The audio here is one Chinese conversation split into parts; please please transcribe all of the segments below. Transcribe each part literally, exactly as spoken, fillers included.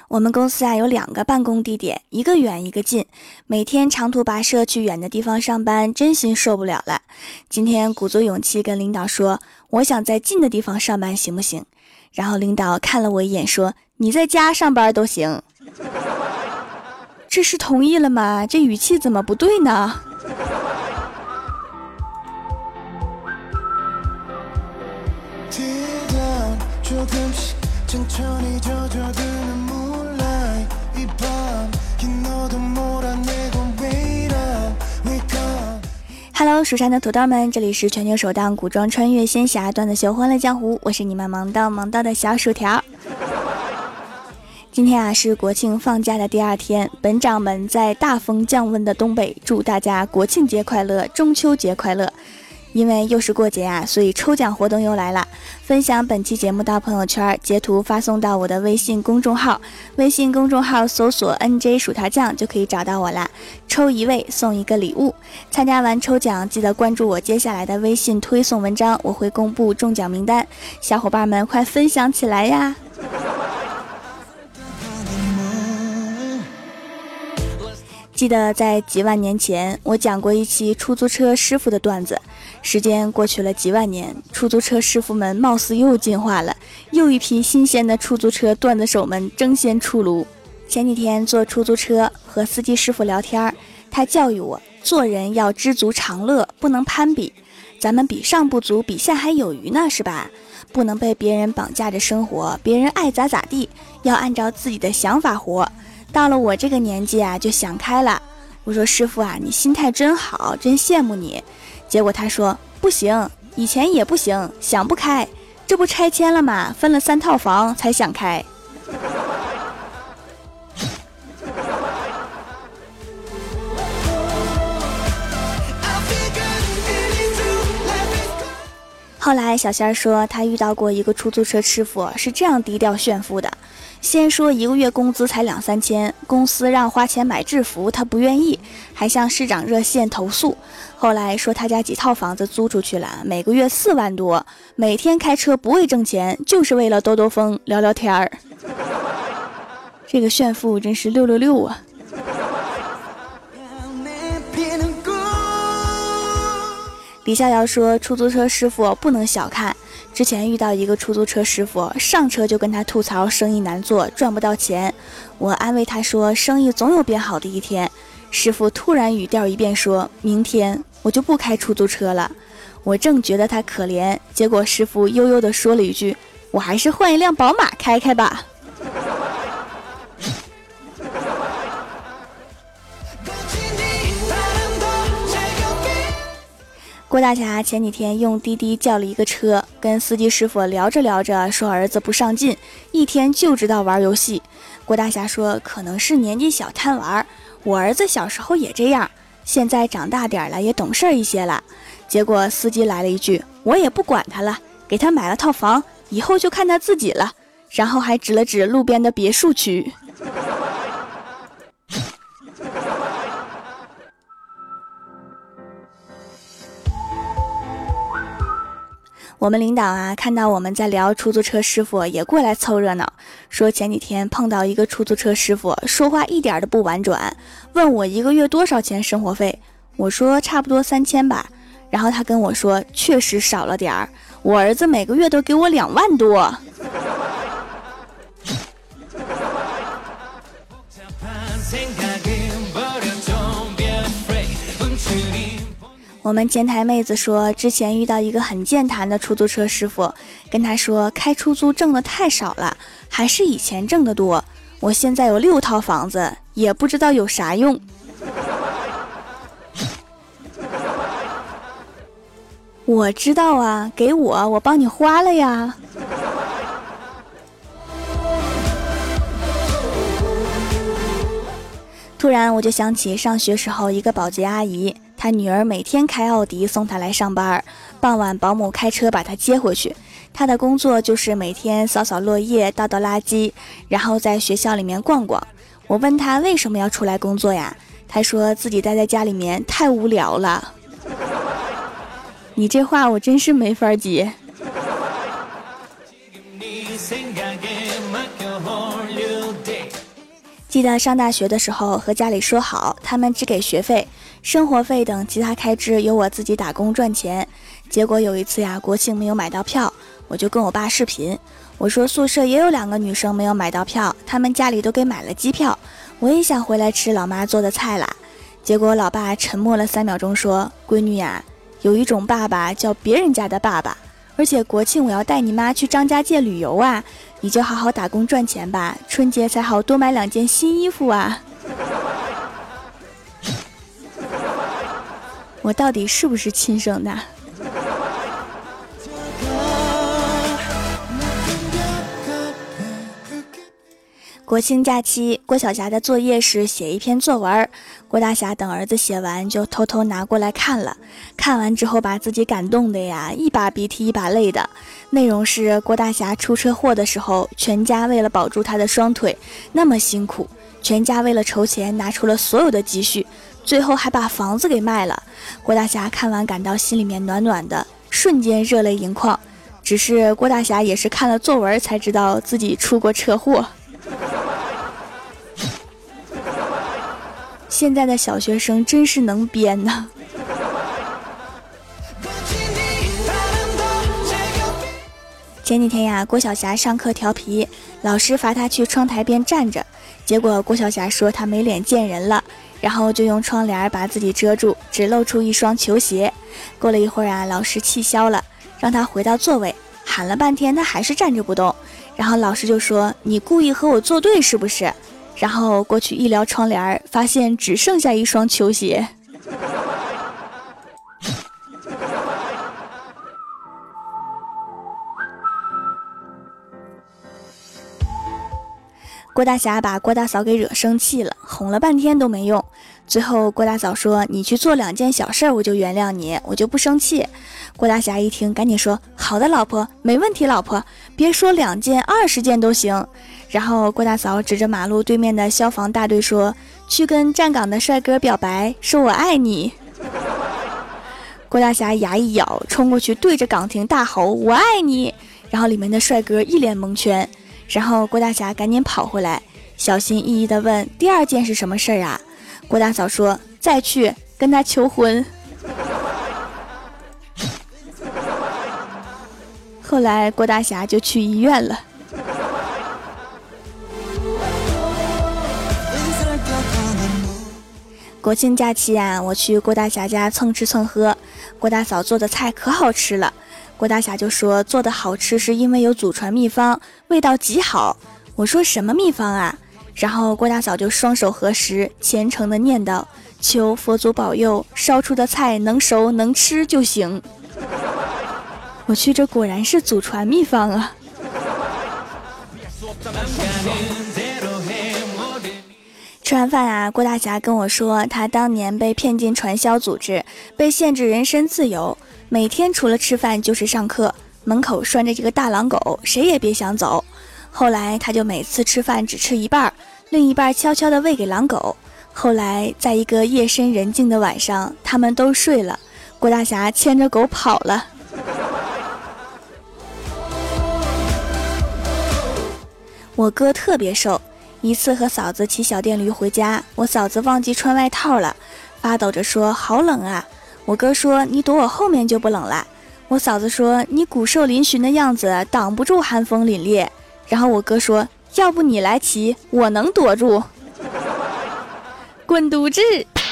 我们公司啊有两个办公地点，一个远一个近，每天长途跋涉去远的地方上班，真心受不了了。今天鼓足勇气跟领导说，我想在近的地方上班行不行？然后领导看了我一眼说，你在家上班都行。这是同意了吗？这语气怎么不对呢？Hello， 蜀山的土豆们，这里是全球首档古装穿越仙侠段子秀欢乐江湖，我是你们萌到萌到的小薯条。今天啊是国庆放假的第二天，本掌门在大风降温的东北，祝大家国庆节快乐，中秋节快乐。因为又是过节啊，所以抽奖活动又来了。分享本期节目到朋友圈，截图发送到我的微信公众号，微信公众号搜索 N J 薯条酱就可以找到我啦。抽一位送一个礼物。参加完抽奖，记得关注我接下来的微信推送文章，我会公布中奖名单，小伙伴们快分享起来呀！记得在几万年前，我讲过一期出租车师傅的段子。时间过去了几万年，出租车师傅们貌似又进化了，又一批新鲜的出租车段子手们争先出炉。前几天坐出租车和司机师傅聊天，他教育我，做人要知足常乐，不能攀比。咱们比上不足，比下还有余呢，是吧？不能被别人绑架着生活，别人爱咋咋地，要按照自己的想法活。到了我这个年纪啊，就想开了。我说师傅啊，你心态真好，真羡慕你。结果他说不行，以前也不行，想不开，这不拆迁了吗？分了三套房才想开。后来小仙儿说他遇到过一个出租车师傅，是这样低调炫富的。先说一个月工资才两三千，公司让花钱买制服，他不愿意，还向市长热线投诉。后来说他家几套房子租出去了，每个月四万多，每天开车不为挣钱，就是为了兜兜风聊聊天儿。这个炫富真是六六六啊！李逍遥说，出租车师傅不能小看。之前遇到一个出租车师傅，上车就跟他吐槽生意难做，赚不到钱。我安慰他说，生意总有变好的一天。师傅突然语调一变，说明天我就不开出租车了。我正觉得他可怜，结果师傅悠悠地说了一句，我还是换一辆宝马开开吧。郭大侠前几天用滴滴叫了一个车，跟司机师傅聊着聊着说儿子不上进，一天就知道玩游戏。郭大侠说可能是年纪小贪玩，我儿子小时候也这样，现在长大点了也懂事一些了。结果司机来了一句，我也不管他了，给他买了套房，以后就看他自己了，然后还指了指路边的别墅区。我们领导啊，看到我们在聊出租车师傅，也过来凑热闹，说前几天碰到一个出租车师傅，说话一点都不婉转，问我一个月多少钱生活费，我说差不多三千吧，然后他跟我说确实少了点儿，我儿子每个月都给我两万多。我们前台妹子说，之前遇到一个很健谈的出租车师傅，跟他说开出租挣的太少了，还是以前挣的多，我现在有六套房子，也不知道有啥用。我知道啊，给我，我帮你花了呀。突然我就想起上学时候一个保洁阿姨，她女儿每天开奥迪送她来上班，傍晚保姆开车把她接回去。她的工作就是每天扫扫落叶，倒倒垃圾，然后在学校里面逛逛。我问她为什么要出来工作呀？她说自己待在家里面太无聊了。你这话我真是没法接。 记得上大学的时候和家里说好，他们只给学费，生活费等其他开支由我自己打工赚钱。结果有一次呀，国庆没有买到票，我就跟我爸视频，我说宿舍也有两个女生没有买到票，他们家里都给买了机票，我也想回来吃老妈做的菜啦。结果老爸沉默了三秒钟说，闺女呀，有一种爸爸叫别人家的爸爸，而且国庆我要带你妈去张家界旅游啊，你就好好打工赚钱吧，春节才好多买两件新衣服啊。我到底是不是亲生的？国庆假期，郭晓霞的作业是写一篇作文，郭大侠等儿子写完就偷偷拿过来看了，看完之后把自己感动的呀一把鼻涕一把泪的。内容是郭大侠出车祸的时候，全家为了保住他的双腿那么辛苦，全家为了筹钱拿出了所有的积蓄，最后还把房子给卖了。郭大侠看完感到心里面暖暖的，瞬间热泪盈眶。只是郭大侠也是看了作文才知道自己出过车祸。现在的小学生真是能编呢。前几天呀，郭晓霞上课调皮，老师罚她去窗台边站着，结果郭晓霞说她没脸见人了，然后就用窗帘把自己遮住，只露出一双球鞋。过了一会儿啊，老师气消了，让她回到座位，喊了半天她还是站着不动，然后老师就说，你故意和我作对是不是？然后过去一撩窗帘，发现只剩下一双球鞋。郭大侠把郭大嫂给惹生气了，哄了半天都没用。最后郭大嫂说，你去做两件小事我就原谅你，我就不生气。郭大侠一听赶紧说，好的老婆，没问题老婆，别说两件二十件都行。然后郭大嫂指着马路对面的消防大队说，去跟站岗的帅哥表白，说我爱你。郭大侠牙一咬，冲过去对着岗亭大吼，我爱你。然后里面的帅哥一脸蒙圈，然后郭大侠赶紧跑回来，小心翼翼地问，第二件是什么事儿啊？郭大嫂说，再去跟他求婚。后来郭大侠就去医院了。国庆假期啊，我去郭大侠家蹭吃蹭喝，郭大嫂做的菜可好吃了。郭大侠就说，做的好吃是因为有祖传秘方，味道极好。我说什么秘方啊？然后郭大嫂就双手合十，虔诚的念叨，求佛祖保佑烧出的菜能熟能吃就行。我去，这果然是祖传秘方啊。吃完饭啊，郭大侠跟我说，他当年被骗进传销组织，被限制人身自由，每天除了吃饭就是上课，门口拴着这个大狼狗，谁也别想走。后来他就每次吃饭只吃一半，另一半悄悄地喂给狼狗。后来在一个夜深人静的晚上，他们都睡了，郭大侠牵着狗跑了。我哥特别瘦，一次和嫂子骑小电驴回家，我嫂子忘记穿外套了，发抖着说好冷啊。我哥说，你躲我后面就不冷了。我嫂子说，你骨瘦嶙峋的样子挡不住寒风凛冽。然后我哥说，要不你来骑，我能躲住。滚犊子！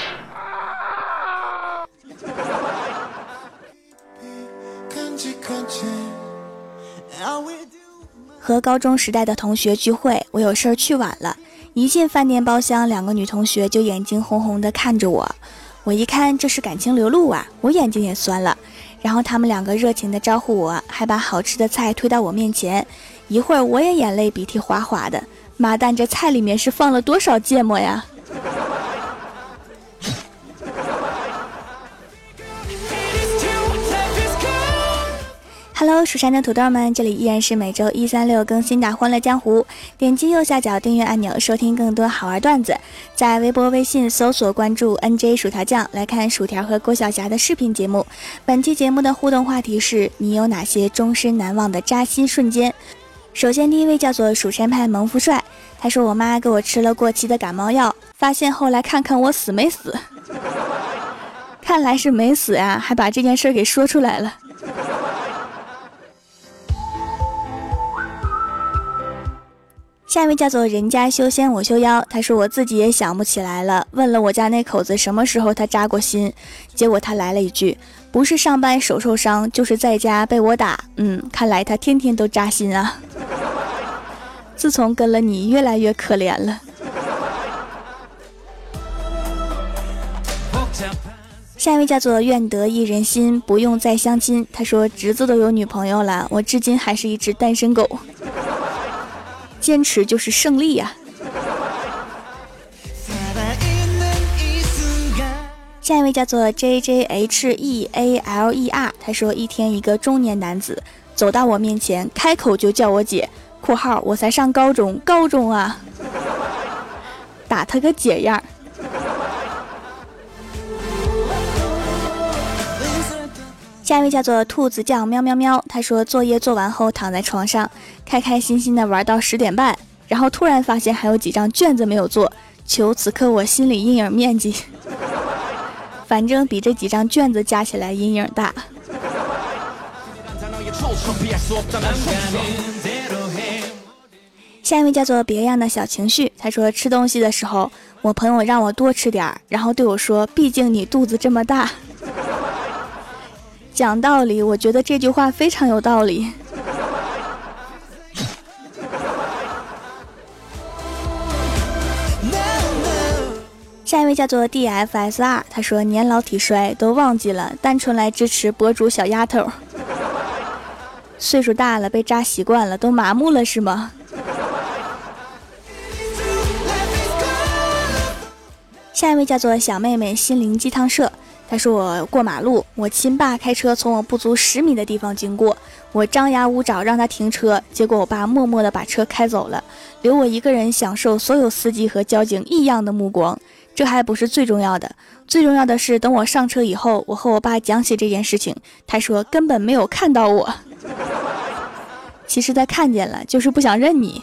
和高中时代的同学聚会，我有事儿去晚了，一进饭店包厢，两个女同学就眼睛红红的看着我，我一看这是感情流露啊，我眼睛也酸了。然后他们两个热情的招呼我，还把好吃的菜推到我面前，一会儿我也眼泪鼻涕哗哗的，妈蛋，这菜里面是放了多少芥末呀。Hello， 蜀山的土豆们，这里依然是每周一、三、六更新的《欢乐江湖》。点击右下角订阅按钮，收听更多好玩段子。在微博、微信搜索关注 N J 薯条酱，来看薯条和郭晓霞的视频节目。本期节目的互动话题是：你有哪些终身难忘的扎心瞬间？ 首先第一位叫做蜀山派萌福帅，他说我妈给我吃了过期的感冒药，发现后来看看我死没死，看来是没死呀，还把这件事给说出来了。下一位叫做人家修仙我修妖，他说我自己也想不起来了，问了我家那口子什么时候他扎过心，结果他来了一句，不是上班手受伤，就是在家被我打。嗯，看来他天天都扎心啊。自从跟了你，越来越可怜了。下一位叫做愿得一人心，不用再相亲，他说侄子都有女朋友了，我至今还是一只单身狗。坚持就是胜利呀、啊！下一位叫做 J J H E A L E R， 他说一天一个中年男子走到我面前，开口就叫我姐（括号我才上高中，高中啊，打他个姐样。）下一位叫做兔子叫喵喵喵，他说作业做完后躺在床上，开开心心的玩到十点半，然后突然发现还有几张卷子没有做，求此刻我心理阴影面积，反正比这几张卷子加起来阴影大。下一位叫做别样的小情绪，他说吃东西的时候，我朋友让我多吃点，然后对我说，毕竟你肚子这么大。讲道理，我觉得这句话非常有道理。下一位叫做 D F S R， 他说年老体衰都忘记了，单纯来支持博主小丫头。岁数大了，被扎习惯了，都麻木了是吗？下一位叫做小妹妹心灵鸡汤社，他说我过马路，我亲爸开车从我不足十米的地方经过，我张牙舞爪让他停车，结果我爸默默地把车开走了，留我一个人享受所有司机和交警异样的目光。这还不是最重要的，最重要的是等我上车以后，我和我爸讲起这件事情，他说根本没有看到我。其实他看见了，就是不想认你。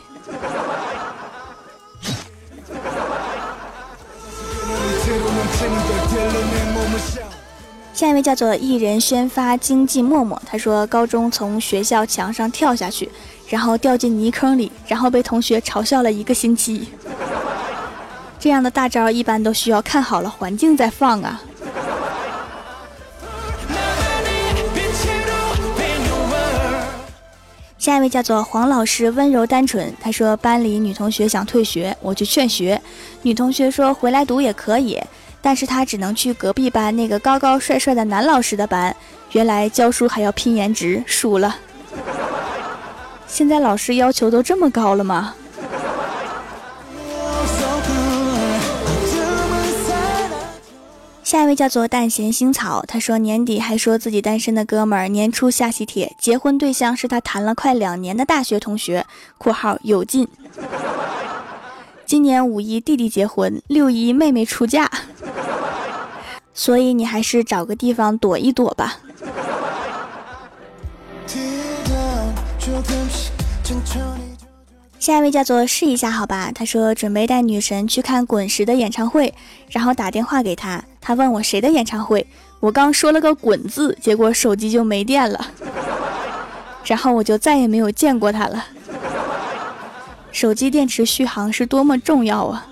下一位叫做艺人宣发经济默默，他说高中从学校墙上跳下去，然后掉进泥坑里，然后被同学嘲笑了一个星期。这样的大招一般都需要看好了环境再放啊。下一位叫做黄老师温柔单纯，他说班里女同学想退学，我去劝学，女同学说回来读也可以，但是他只能去隔壁班那个高高帅帅的男老师的班，原来教书还要拼颜值，输了。现在老师要求都这么高了吗？下一位叫做淡咸星草，他说年底还说自己单身的哥们儿年初下喜帖，结婚对象是他谈了快两年的大学同学（括号有劲）。今年五一弟弟结婚，六一妹妹出嫁，所以你还是找个地方躲一躲吧。下一位叫做试一下好吧，他说准备带女神去看滚石的演唱会，然后打电话给他，他问我谁的演唱会，我刚说了个滚字，结果手机就没电了，然后我就再也没有见过他了。手机电池续航是多么重要啊。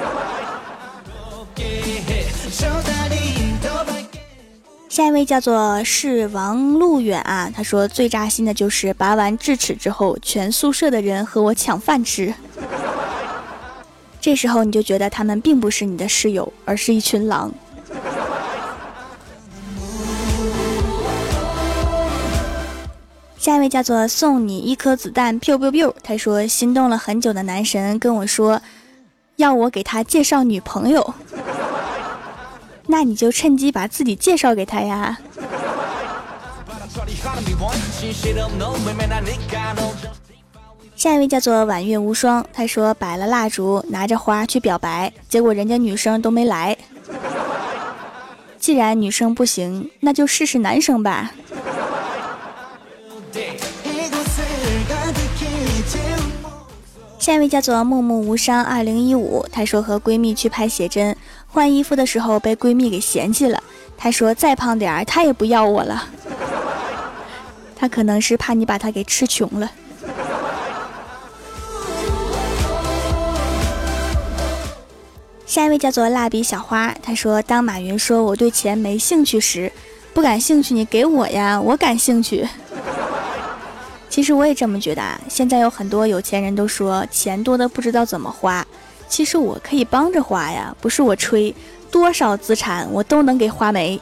下一位叫做是王路远啊，他说最扎心的就是拔完智齿之后，全宿舍的人和我抢饭吃，这时候你就觉得他们并不是你的室友，而是一群狼。下一位叫做送你一颗子弹 biu biu biu， 他说心动了很久的男神跟我说要我给他介绍女朋友，那你就趁机把自己介绍给他呀。下一位叫做婉月无双，他说摆了蜡烛拿着花去表白，结果人家女生都没来。既然女生不行，那就试试男生吧。 下一位叫做木木无伤二零一五，她说和闺蜜去拍写真，换衣服的时候被闺蜜给嫌弃了。她说再胖点儿，她也不要我了。她可能是怕你把她给吃穷了。下一位叫做蜡笔小花，她说当马云说我对钱没兴趣时，不感兴趣你给我呀，我感兴趣。其实我也这么觉得啊，现在有很多有钱人都说钱多的不知道怎么花，其实我可以帮着花呀，不是我吹，多少资产我都能给花没。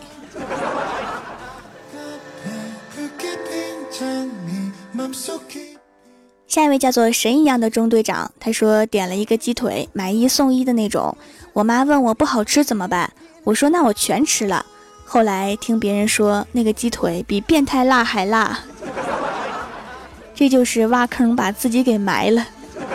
下一位叫做神一样的中队长，他说点了一个鸡腿，买一送一的那种，我妈问我不好吃怎么办，我说那我全吃了，后来听别人说那个鸡腿比变态辣还辣。这就是挖坑把自己给埋了。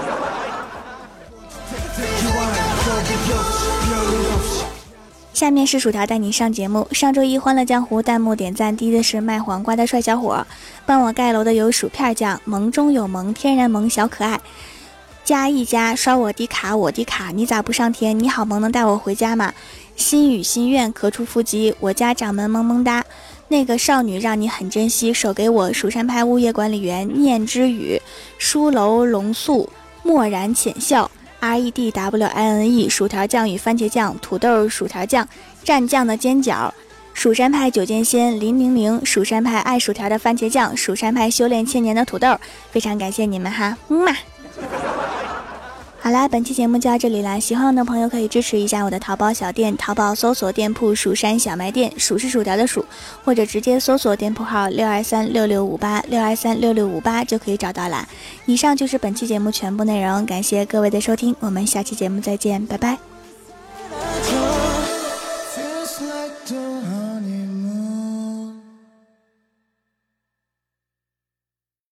下面是薯条带你上节目。上周一欢乐江湖弹幕点赞低的是卖黄瓜的帅小伙，帮我盖楼的有薯片酱，萌中有萌，天然萌小可爱，加一加刷我的卡我的卡，你咋不上天？你好萌，能带我回家吗？心语心愿咳出腹肌，我家掌门萌萌哒，那个少女让你很珍惜，手给我蜀山派物业管理员念之语，书楼龙素漠然浅笑 R E D W I N E 薯条酱与番茄酱，土豆薯条酱，蘸酱的煎饺，蜀山派九剑仙林玲玲，蜀山派爱薯条的番茄酱，蜀山派修炼千年的土豆，非常感谢你们哈，嗯嘛。好啦，本期节目就到这里啦，喜欢我的朋友可以支持一下我的淘宝小店，淘宝搜索店铺蜀山小卖店，蜀是薯条的蜀，或者直接搜索店铺号六二三六六五八六二三六六五八就可以找到啦。以上就是本期节目全部内容，感谢各位的收听，我们下期节目再见，拜拜。